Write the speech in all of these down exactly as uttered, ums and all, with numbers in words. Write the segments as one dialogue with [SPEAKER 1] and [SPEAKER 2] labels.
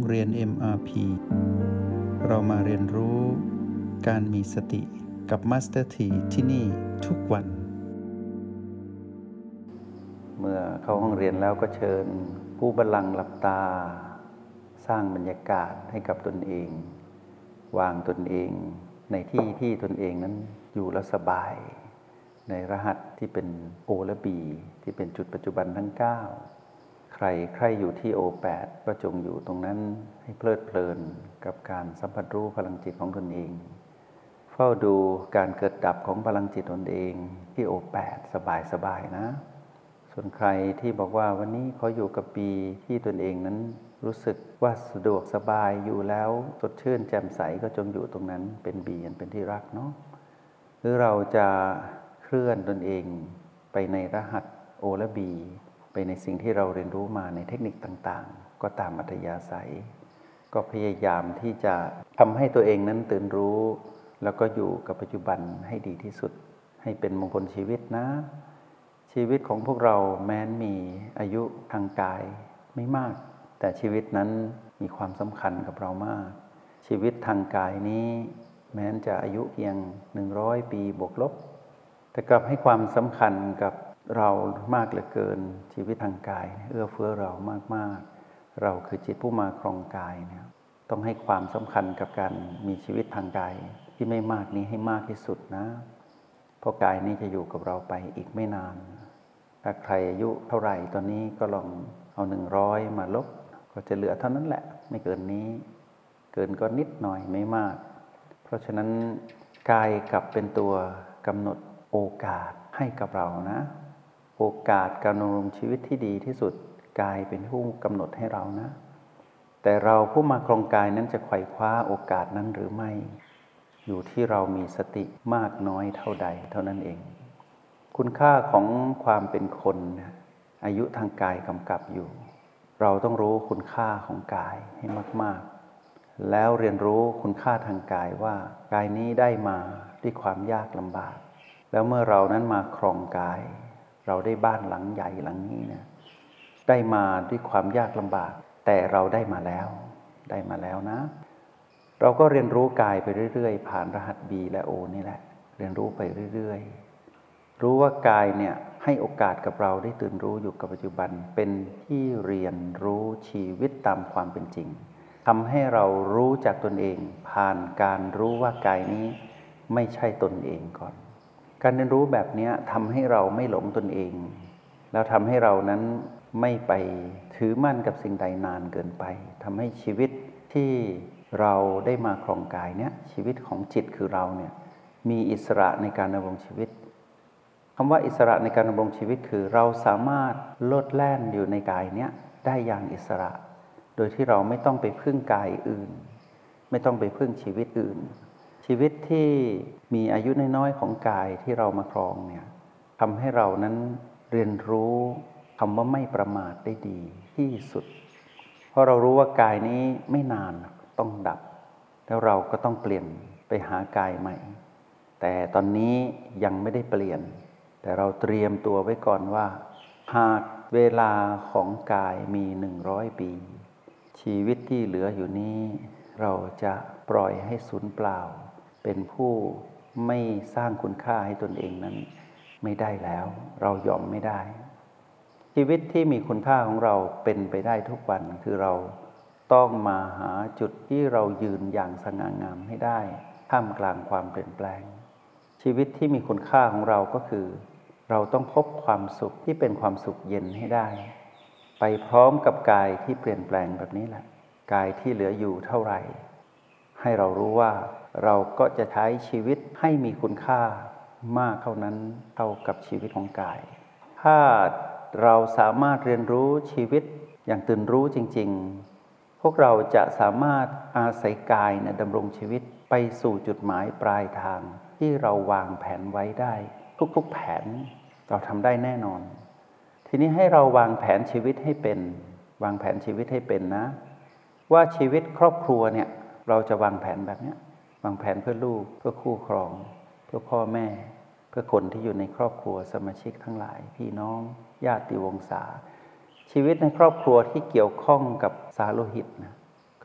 [SPEAKER 1] เรียน เอ็ม อาร์ พี เรามาเรียนรู้การมีสติกับ Master T ที่ที่นี่ทุกวันเมื่อเข้าห้องเรียนแล้วก็เชิญผู้บัลลังก์หลับตาสร้างบรรยากาศให้กับตนเองวางตนเองในที่ที่ตนเองนั้นอยู่แล้วสบายในรหัสที่เป็น O และ B ที่เป็นจุดปัจจุบันทั้งเก้าใครใครอยู่ที่ โอ แปด ก็จงอยู่ตรงนั้นให้เพลิดเพลินกับการสัมผัสรู้พลังจิตของตนเองเฝ้าดูการเกิดดับของพลังจิตตนเองที่ โอ แปด สบายๆนะส่วนใครที่บอกว่าวันนี้เขาอยู่กับ B ที่ตนเองนั้นรู้สึกว่าสะดวกสบายอยู่แล้วสดชื่นแจ่มใสก็จงอยู่ตรงนั้นเป็น B อันเป็นที่รักเนาะหรือเราจะเคลื่อนตนเองไปในรหัส O และ B ไปในสิ่งที่เราเรียนรู้มาในเทคนิคต่างๆก็ตามอัธยาศัยก็พยายามที่จะทำให้ตัวเองนั้นตื่นรู้แล้วก็อยู่กับปัจจุบันให้ดีที่สุดให้เป็นมงคลชีวิตนะชีวิตของพวกเราแม้นมีอายุทางกายไม่มากแต่ชีวิตนั้นมีความสำคัญกับเรามากชีวิตทางกายนี้แม้นจะอายุเพียงหนึ่งร้อยปีบวกลบแต่กลับให้ความสำคัญกับเรามากเหลือเกินชีวิตทางกายเอื้อเฟื้อเรามากๆเราคือจิตผู้มาครองกายเนี่ยต้องให้ความสำคัญกับการมีชีวิตทางกายที่ไม่มากนี้ให้มากที่สุดนะเพราะกายนี้จะอยู่กับเราไปอีกไม่นานถ้าใครอายุเท่าไหร่ตอนนี้ก็ลองเอาหนึ่งร้อยมาลบก็จะเหลือเท่านั้นแหละไม่เกินนี้เกินก็นิดหน่อยไม่มากเพราะฉะนั้นกายกลับเป็นตัวกำหนดโอกาสให้กับเรานะโอกาสการดำรงชีวิตที่ดีที่สุดกายเป็นผู้กำหนดให้เรานะแต่เราผู้มาครองกายนั้นจะไขว่คว้าโอกาสนั้นหรือไม่อยู่ที่เรามีสติมากน้อยเท่าใดเท่านั้นเองคุณค่าของความเป็นคนอายุทางกายกำกับอยู่เราต้องรู้คุณค่าของกายให้มากๆแล้วเรียนรู้คุณค่าทางกายว่ากายนี้ได้มาด้วยความยากลำบากแล้วเมื่อเรานั้นมาครองกายเราได้บ้านหลังใหญ่หลังนี้นะได้มาด้วยความยากลำบากแต่เราได้มาแล้วได้มาแล้วนะเราก็เรียนรู้กายไปเรื่อยๆผ่านรหัส B และ O นี่แหละเรียนรู้ไปเรื่อยๆรู้ว่ากายเนี่ยให้โอกาสกับเราได้ตื่นรู้อยู่กับปัจจุบันเป็นที่เรียนรู้ชีวิตตามความเป็นจริงทำให้เรารู้จากตนเองผ่านการรู้ว่ากายนี้ไม่ใช่ตนเองก่อนการเรียนรู้แบบนี้ทำให้เราไม่หลงตนเองแล้วทำให้เรานั้นไม่ไปถือมั่นกับสิ่งใดนานเกินไปทำให้ชีวิตที่เราได้มาครองกายเนี่ยชีวิตของจิตคือเราเนี่ยมีอิสระในการดำรงชีวิตคำว่าอิสระในการดำรงชีวิตคือเราสามารถโลดแล่นอยู่ในกายเนี้ยได้อย่างอิสระโดยที่เราไม่ต้องไปพึ่งกายอื่นไม่ต้องไปพึ่งชีวิตอื่นชีวิตที่มีอายุน้อยๆของกายที่เรามาครองเนี่ยทำให้เรานั้นเรียนรู้คำว่าไม่ประมาทได้ดีที่สุดเพราะเรารู้ว่ากายนี้ไม่นานต้องดับแล้วเราก็ต้องเปลี่ยนไปหากายใหม่แต่ตอนนี้ยังไม่ได้เปลี่ยนแต่เราเตรียมตัวไว้ก่อนว่าหากเวลาของกายมีหนึ่งร้อยปีชีวิตที่เหลืออยู่นี้เราจะปล่อยให้สูญเปล่าเป็นผู้ไม่สร้างคุณค่าให้ตนเองนั้นไม่ได้แล้วเรายอมไม่ได้ชีวิตที่มีคุณค่าของเราเป็นไปได้ทุกวันคือเราต้องมาหาจุดที่เรายืนอย่างสง่างามให้ได้ท่ามกลางความเปลี่ยนแปลงชีวิตที่มีคุณค่าของเราก็คือเราต้องพบความสุขที่เป็นความสุขเย็นให้ได้ไปพร้อมกับกายที่เปลี่ยนแปลงแบบนี้แหละกายที่เหลืออยู่เท่าไหร่ให้เรารู้ว่าเราก็จะใช้ชีวิตให้มีคุณค่ามากเท่านั้นเท่ากับชีวิตของกายถ้าเราสามารถเรียนรู้ชีวิตอย่างตื่นรู้จริงๆพวกเราจะสามารถอาศัยกายเนี่ยดำรงชีวิตไปสู่จุดหมายปลายทางที่เราวางแผนไว้ได้ทุกๆแผนเราทำได้แน่นอนทีนี้ให้เราวางแผนชีวิตให้เป็นวางแผนชีวิตให้เป็นนะว่าชีวิตครอบครัวเนี่ยเราจะวางแผนแบบนี้วางแผนเพื่อลูกเพื่อคู่ครองเพื่อพ่อแม่เพื่อคนที่อยู่ในครอบครัวสมาชิกทั้งหลายพี่น้องญาติวงศาชีวิตในครอบครัวที่เกี่ยวข้องกับสาโลหิตนะก็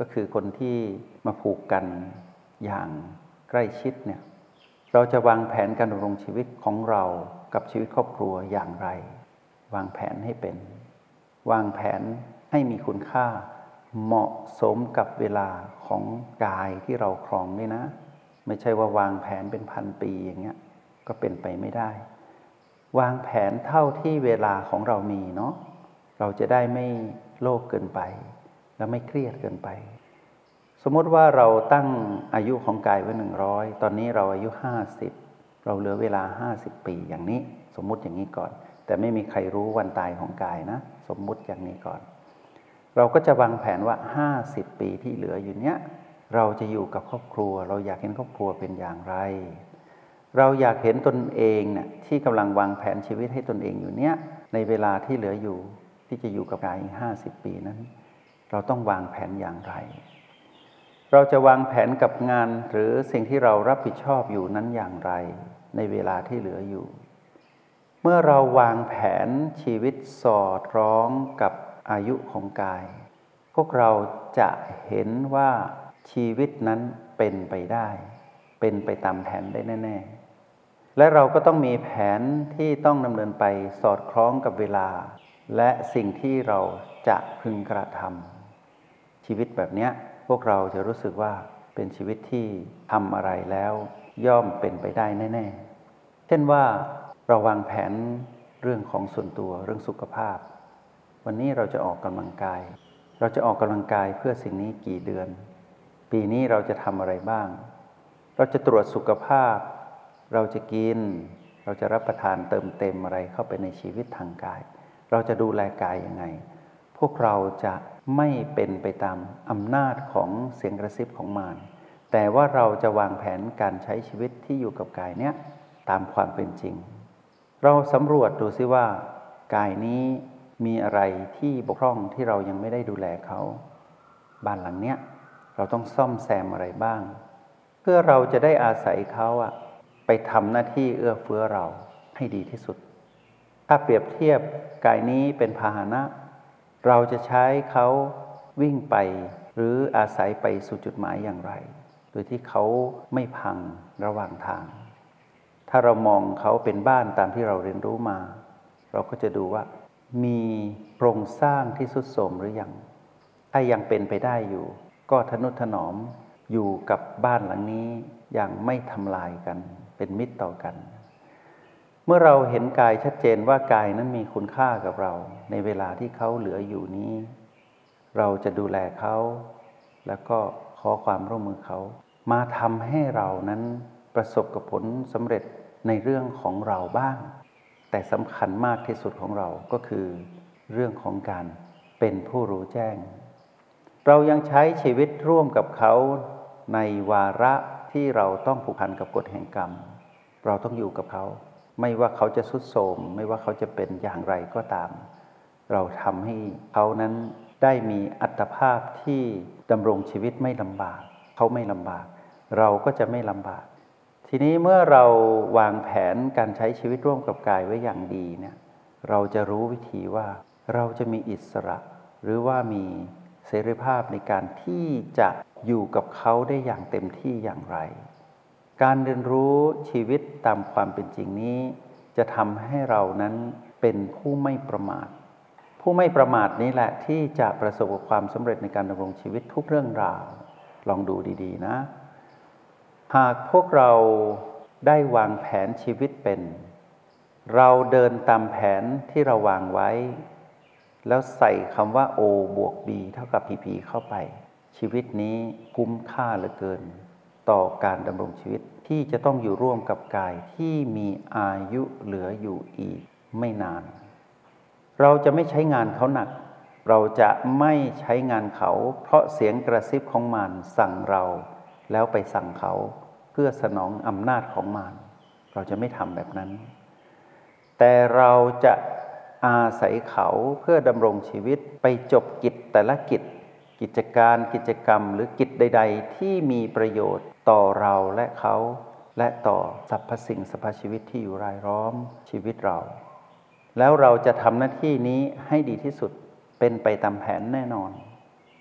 [SPEAKER 1] ก็คือคนที่มาผูกกันอย่างใกล้ชิดเนี่ยเราจะวางแผนการดำรงชีวิตของเรากับชีวิตครอบครัวอย่างไรวางแผนให้เป็นวางแผนให้มีคุณค่าเหมาะสมกับเวลาของกายที่เราครองนี่นะไม่ใช่ว่าวางแผนเป็นพันปีอย่างเงี้ยก็เป็นไปไม่ได้วางแผนเท่าที่เวลาของเรามีเนาะเราจะได้ไม่โลภเกินไปและไม่เครียดเกินไปสมมติว่าเราตั้งอายุของกายไว้หนึ่งร้อยตอนนี้เราอายุห้าสิบเราเหลือเวลาห้าสิบปีอย่างนี้สมมุติอย่างนี้ก่อนแต่ไม่มีใครรู้วันตายของกายนะสมมุติอย่างนี้ก่อนเราก็จะวางแผนว่าห้าสิบปีที่เหลืออยู่เนี้ยเราจะอยู่กับครอบครัวเราอยากเห็นครอบครัวเป็นอย่างไรเราอยากเห็นตนเองเนี่ยที่กำลังวางแผนชีวิตให้ตนเองอยู่เนี้ยในเวลาที่เหลืออยู่ที่จะอยู่กับกายอีกห้าสิบปีนั้นเราต้องวางแผนอย่างไรเราจะวางแผนกับงานหรือสิ่งที่เรารับผิดชอบอยู่นั้นอย่างไรในเวลาที่เหลืออยู่เมื่อเราวางแผนชีวิตสอดคล้องกับอายุของกายพวกเราจะเห็นว่าชีวิตนั้นเป็นไปได้เป็นไปตามแผนได้แน่ๆและเราก็ต้องมีแผนที่ต้องดำเนินไปสอดคล้องกับเวลาและสิ่งที่เราจะพึงกระทำชีวิตแบบนี้พวกเราจะรู้สึกว่าเป็นชีวิตที่ทำอะไรแล้วย่อมเป็นไปได้แน่ๆเช่นว่าเราวางแผนเรื่องของส่วนตัวเรื่องสุขภาพวันนี้เราจะออกกำลังกายเราจะออกกำลังกายเพื่อสิ่งนี้กี่เดือนปีนี้เราจะทำอะไรบ้างเราจะตรวจสุขภาพเราจะกินเราจะรับประทานเติมเต็มอะไรเข้าไปในชีวิตทางกายเราจะดูแลกายยังไงพวกเราจะไม่เป็นไปตามอำนาจของเสียงกระซิบของมารแต่ว่าเราจะวางแผนการใช้ชีวิตที่อยู่กับกายเนี้ยตามความเป็นจริงเราสำรวจดูซิว่ากายนี้มีอะไรที่บกพร่องที่เรายังไม่ได้ดูแลเขาบ้านหลังเนี้ยเราต้องซ่อมแซมอะไรบ้างเพื่อเราจะได้อาศัยเขาอะไปทำหน้าที่เอื้อเฟื้อเราให้ดีที่สุดถ้าเปรียบเทียบกายนี้เป็นพาหนะเราจะใช้เขาวิ่งไปหรืออาศัยไปสู่จุดหมายอย่างไรโดยที่เขาไม่พังระหว่างทางถ้าเรามองเขาเป็นบ้านตามที่เราเรียนรู้มาเราก็จะดูว่ามีโครงสร้างที่ทรุดโทรมหรือยังถ้ายังเป็นไปได้อยู่ก็ทนุถนอมอยู่กับบ้านหลังนี้อย่างไม่ทำลายกันเป็นมิตรต่อกันเมื่อเราเห็นกายชัดเจนว่ากายนั้นมีคุณค่ากับเราในเวลาที่เขาเหลืออยู่นี้เราจะดูแลเขาแล้วก็ขอความร่วมมือเขามาทำให้เรานั้นประสบกับผลสำเร็จในเรื่องของเราบ้างแต่สำคัญมากที่สุดของเราก็คือเรื่องของการเป็นผู้รู้แจ้งเรายังใช้ชีวิตร่วมกับเขาในวาระที่เราต้องผูกพันกับกฎแห่งกรรมเราต้องอยู่กับเขาไม่ว่าเขาจะทรุดโทรมไม่ว่าเขาจะเป็นอย่างไรก็ตามเราทำให้เขานั้นได้มีอัตภาพที่ดำรงชีวิตไม่ลำบากเขาไม่ลำบากเราก็จะไม่ลำบากทีนี้เมื่อเราวางแผนการใช้ชีวิตร่วมกับกายไว้อย่างดีเนี่ยเราจะรู้วิธีว่าเราจะมีอิสระหรือว่ามีเสรีภาพในการที่จะอยู่กับเขาได้อย่างเต็มที่อย่างไรการเรียนรู้ชีวิตตามความเป็นจริงนี้จะทำให้เรานั้นเป็นผู้ไม่ประมาทผู้ไม่ประมาทนี้แหละที่จะประสบความสำเร็จในการดำรงชีวิตทุกเรื่องราวลองดูดีๆนะหากพวกเราได้วางแผนชีวิตเป็นเราเดินตามแผนที่เราวางไว้แล้วใส่คำว่า O บวก B เท่ากับ พี พี เข้าไปชีวิตนี้คุ้มค่าเหลือเกินต่อการดำรงชีวิตที่จะต้องอยู่ร่วมกับกายที่มีอายุเหลืออยู่อีกไม่นานเราจะไม่ใช้งานเขาหนักเราจะไม่ใช้งานเขาเพราะเสียงกระซิบของมารสั่งเราแล้วไปสั่งเขาเพื่อสนองอำนาจของมารเราจะไม่ทำแบบนั้นแต่เราจะอาศัยเขาเพื่อดำรงชีวิตไปจบกิจแต่ละกิจกิจการกิจกรรมหรือกิจใดๆที่มีประโยชน์ต่อเราและเขาและต่อสรรพสิ่งสรรพชีวิตที่อยู่รายล้อมชีวิตเราแล้วเราจะทำหน้าที่นี้ให้ดีที่สุดเป็นไปตามแผนแน่นอน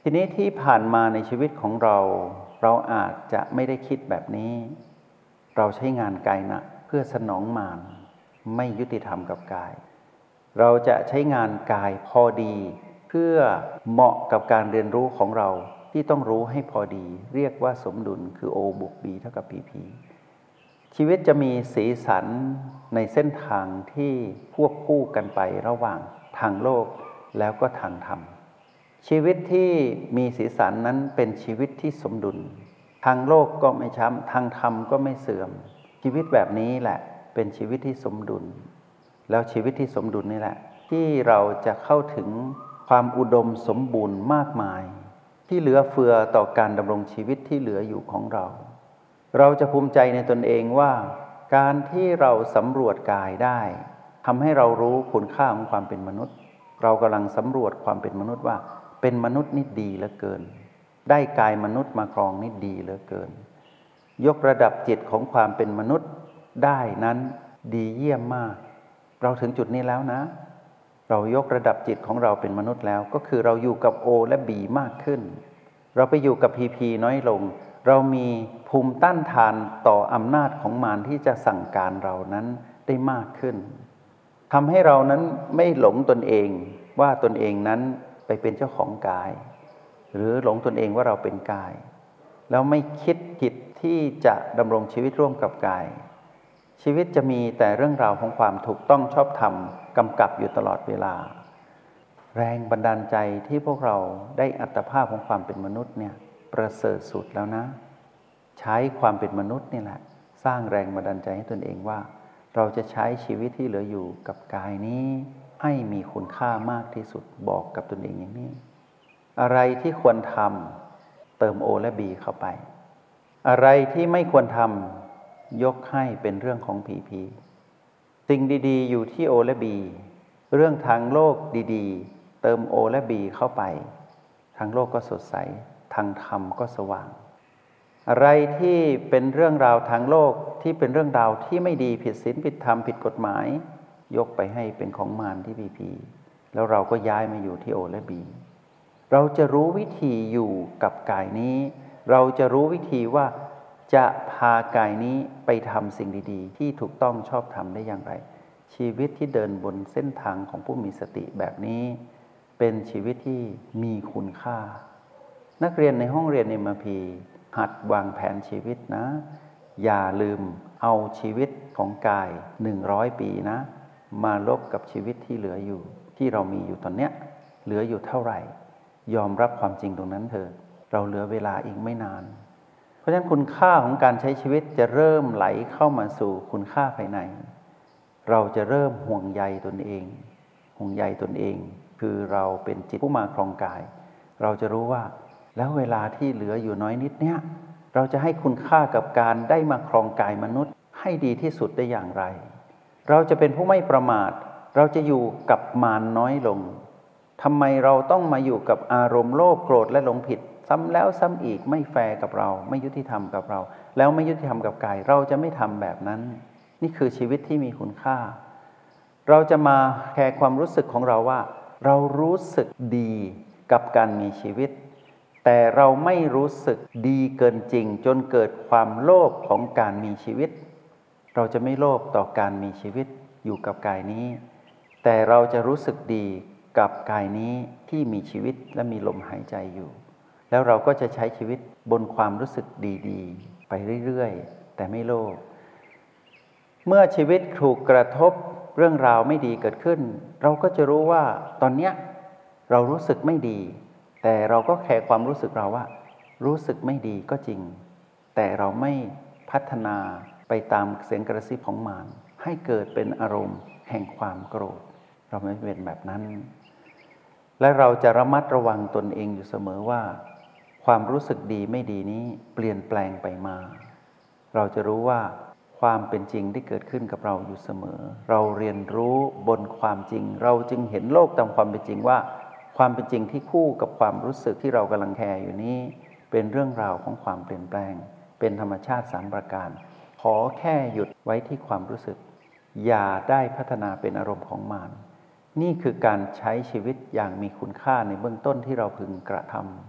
[SPEAKER 1] ทีนี้ที่ผ่านมาในชีวิตของเราเราอาจจะไม่ได้คิดแบบนี้เราใช้งานกายหนักเพื่อสนองมารไม่ยุติธรรมกับกายเราจะใช้งานกายพอดีเพื่อเหมาะกับการเรียนรู้ของเราที่ต้องรู้ให้พอดีเรียกว่าสมดุลคือ O บวก B เท่ากับ พี พี ชีวิตจะมีสีสันในเส้นทางที่ควบคู่กันไประหว่างทางโลกแล้วก็ทางธรรมชีวิตที่มีสีสันนั้นเป็นชีวิตที่สมดุลทางโลกก็ไม่ช้ำทางธรรมก็ไม่เสื่อมชีวิตแบบนี้แหละเป็นชีวิตที่สมดุลแล้วชีวิตที่สมดุลนี่แหละที่เราจะเข้าถึงความอุดมสมบูรณ์มากมายที่เหลือเฟือต่อการดำรงชีวิตที่เหลืออยู่ของเราเราจะภูมิใจในตนเองว่าการที่เราสำรวจกายได้ทำให้เรารู้คุณค่าของความเป็นมนุษย์เรากำลังสำรวจความเป็นมนุษย์ว่าเป็นมนุษย์นี่ดีเหลือเกินได้กายมนุษย์มาครองนี่ดีเหลือเกินยกระดับจิตของความเป็นมนุษย์ได้นั้นดีเยี่ยมมากเราถึงจุดนี้แล้วนะเรายกระดับจิตของเราเป็นมนุษย์แล้วก็คือเราอยู่กับ O และ B มากขึ้นเราไปอยู่กับ พี พี น้อยลงเรามีภูมิต้านทานต่ออำนาจของมารที่จะสั่งการเรานั้นได้มากขึ้นทำให้เรานั้นไม่หลงตนเองว่าตนเองนั้นไปเป็นเจ้าของกายหรือหลงตนเองว่าเราเป็นกายแล้วไม่คิดผิดที่จะดำรงชีวิตร่วมกับกายชีวิตจะมีแต่เรื่องราวของความถูกต้องชอบธรรมกำกับอยู่ตลอดเวลาแรงบันดาลใจที่พวกเราได้อัตภาพของความเป็นมนุษย์เนี่ยประเสริฐสุดแล้วนะใช้ความเป็นมนุษย์นี่แหละสร้างแรงบันดาลใจให้ตนเองว่าเราจะใช้ชีวิตที่เหลืออยู่กับกายนี้ให้มีคุณค่ามากที่สุดบอกกับตนเองอย่างนี้อะไรที่ควรทำเติม O และ B เข้าไปอะไรที่ไม่ควรทำยกให้เป็นเรื่องของ พี พี สิ่งดีๆอยู่ที่ O และ B เรื่องทางโลกดีๆเติม O และ B เข้าไปทางโลกก็สดใสทางธรรมก็สว่างอะไรที่เป็นเรื่องราวทางโลกที่เป็นเรื่องราวที่ไม่ดีผิดศีลผิดธรรมผิดกฎหมายยกไปให้เป็นของมารที่ พี พี แล้วเราก็ย้ายมาอยู่ที่ O และ B เราจะรู้วิธีอยู่กับกายนี้เราจะรู้วิธีว่าจะพากายนี้ไปทำสิ่งดีๆที่ถูกต้องชอบธรรมได้อย่างไรชีวิตที่เดินบนเส้นทางของผู้มีสติแบบนี้เป็นชีวิตที่มีคุณค่านักเรียนในห้องเรียน เอ็ม อาร์ พี หัดวางแผนชีวิตนะอย่าลืมเอาชีวิตของกายหนึ่งร้อยปีนะมาลบกับชีวิตที่เหลืออยู่ที่เรามีอยู่ตอนเนี้ยเหลืออยู่เท่าไหร่ยอมรับความจริงตรงนั้นเถอะเราเหลือเวลาอีกไม่นานเพราะฉะนั้นคุณค่าของการใช้ชีวิตจะเริ่มไหลเข้ามาสู่คุณค่าภายในเราจะเริ่มห่วงใยตนเองห่วงใยตนเองคือเราเป็นจิตผู้มาครองกายเราจะรู้ว่าแล้วเวลาที่เหลืออยู่น้อยนิดเนี้ยเราจะให้คุณค่ากับการได้มาครองกายมนุษย์ให้ดีที่สุดได้อย่างไรเราจะเป็นผู้ไม่ประมาทเราจะอยู่กับมารน้อยลงทำไมเราต้องมาอยู่กับอารมณ์โลภโกรธและหลงผิดซ้ำแล้วซ้ำอีกไม่แฟร์กับเราไม่ยุติธรรมกับเราแล้วไม่ยุติธรรมกับกายเราจะไม่ทำแบบนั้นนี่คือชีวิตที่มีคุณค่าเราจะมาแคร์ความรู้สึกของเราว่าเรารู้สึกดีกับการมีชีวิตแต่เราไม่รู้สึกดีเกินจริงจนเกิดความโลภของการมีชีวิตเราจะไม่โลภต่อการมีชีวิตอยู่กับกายนี้แต่เราจะรู้สึกดีกับกายนี้ที่มีชีวิตและมีลมหายใจอยู่แล้วเราก็จะใช้ชีวิตบนความรู้สึกดีๆไปเรื่อยๆแต่ไม่โลภเมื่อชีวิตถูกกระทบเรื่องราวไม่ดีเกิดขึ้นเราก็จะรู้ว่าตอนเนี้ยเรารู้สึกไม่ดีแต่เราก็แคร์ความรู้สึกเราว่ารู้สึกไม่ดีก็จริงแต่เราไม่พัฒนาไปตามเสียงกระซิบของมารให้เกิดเป็นอารมณ์แห่งความโกรธเราไม่เป็นแบบนั้นและเราจะระมัดระวังตนเองอยู่เสมอว่าความรู้สึกดีไม่ดีนี้เปลี่ยนแปลงไปมาเราจะรู้ว่าความเป็นจริงที่เกิดขึ้นกับเราอยู่เสมอเราเรียนรู้บนความจริงเราจึงเห็นโลกตามความเป็นจริงว่าความเป็นจริงที่คู่กับความรู้สึกที่เรากำลังแคร์อยู่นี้เป็นเรื่องราวของความเปลี่ยนแปลงเป็นธรรมชาติสามประการขอแค่หยุดไว้ที่ความรู้สึกอย่าได้พัฒนาเป็นอารมณ์ของมารนี่คือการใช้ชีวิตอย่างมีคุณค่าในเบื้องต้นที่เราพึงกระท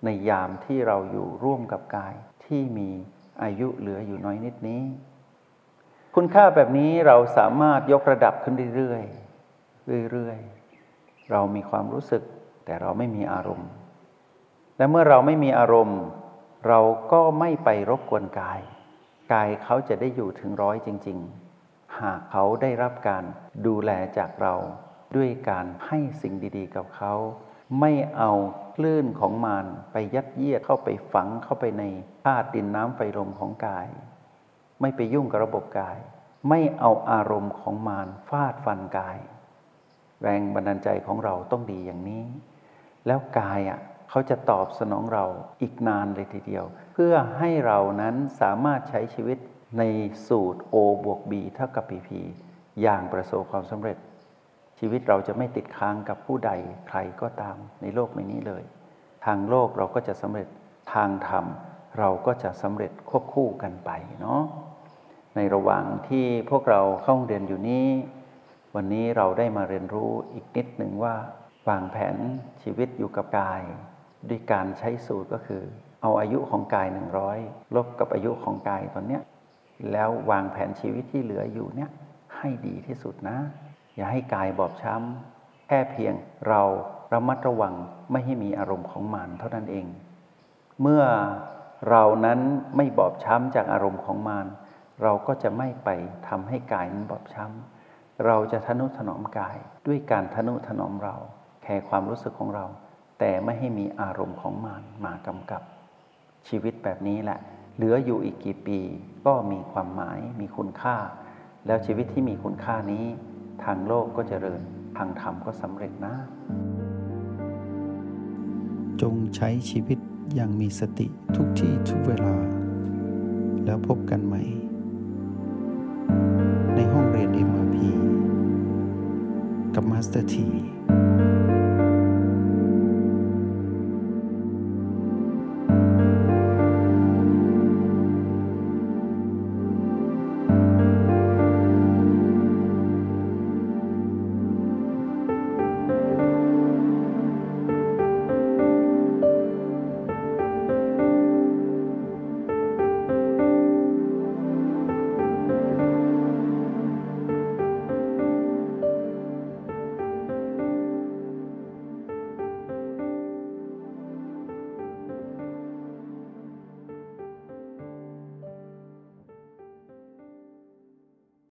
[SPEAKER 1] ในยามที่เราอยู่ร่วมกับกายที่มีอายุเหลืออยู่น้อยนิดนี้คุณค่าแบบนี้เราสามารถยกระดับขึ้นเรื่อยๆเรื่อยๆเรามีความรู้สึกแต่เราไม่มีอารมณ์และเมื่อเราไม่มีอารมณ์เราก็ไม่ไปรบกวนกายกายเขาจะได้อยู่ถึงร้อยจริงๆหากเขาได้รับการดูแลจากเราด้วยการให้สิ่งดีๆกับเขาไม่เอาคลื่นของมารไปยัดเยียดเข้าไปฝังเข้าไปในธาตุดินน้ำไฟลมของกายไม่ไปยุ่งกับระบบกายไม่เอาอารมณ์ของมารฟาดฟันกายแรงบันดาลใจของเราต้องดีอย่างนี้แล้วกายอ่ะเขาจะตอบสนองเราอีกนานเลยทีเดียวเพื่อให้เรานั้นสามารถใช้ชีวิตในสูตร O บวก B เท่ากับ พี พี อย่างประสบความสำเร็จชีวิตเราจะไม่ติดค้างกับผู้ใดใครก็ตามในโลกใบนี้เลยทางโลกเราก็จะสำเร็จทางธรรมเราก็จะสำเร็จควบคู่กันไปเนาะในระหว่างที่พวกเราเข้าเรียนอยู่นี้วันนี้เราได้มาเรียนรู้อีกนิดหนึ่งว่าวางแผนชีวิตอยู่กับกายด้วยการใช้สูตรก็คือเอาอายุของกายหนึ่งร้อยลบกับอายุของกายตอนเนี้ยแล้ววางแผนชีวิตที่เหลืออยู่เนี้ยให้ดีที่สุดนะอย่าให้กายบอบช้ำแค่เพียงเราระมัดระวังไม่ให้มีอารมณ์ของมารเท่านั้นเองเมื่อเรานั้นไม่บอบช้ำจากอารมณ์ของมารเราก็จะไม่ไปทำให้กายนั้นบอบช้ำเราจะทนุถนอมกายด้วยการทนุถนอมเราแคร์ความรู้สึกของเราแต่ไม่ให้มีอารมณ์ของมารมากำกับชีวิตแบบนี้แหละเหลืออยู่อีกกี่ปีก็มีความหมายมีคุณค่าแล้วชีวิตที่มีคุณค่านี้ทางโลกก็เจริญทางธรรมก็สำเร็จนะ
[SPEAKER 2] จงใช้ชีวิตอย่างมีสติทุกที่ทุกเวลาแล้วพบกันใหม่ในห้องเรียน เอ็ม อาร์ พี กับมาสเตอร์ ที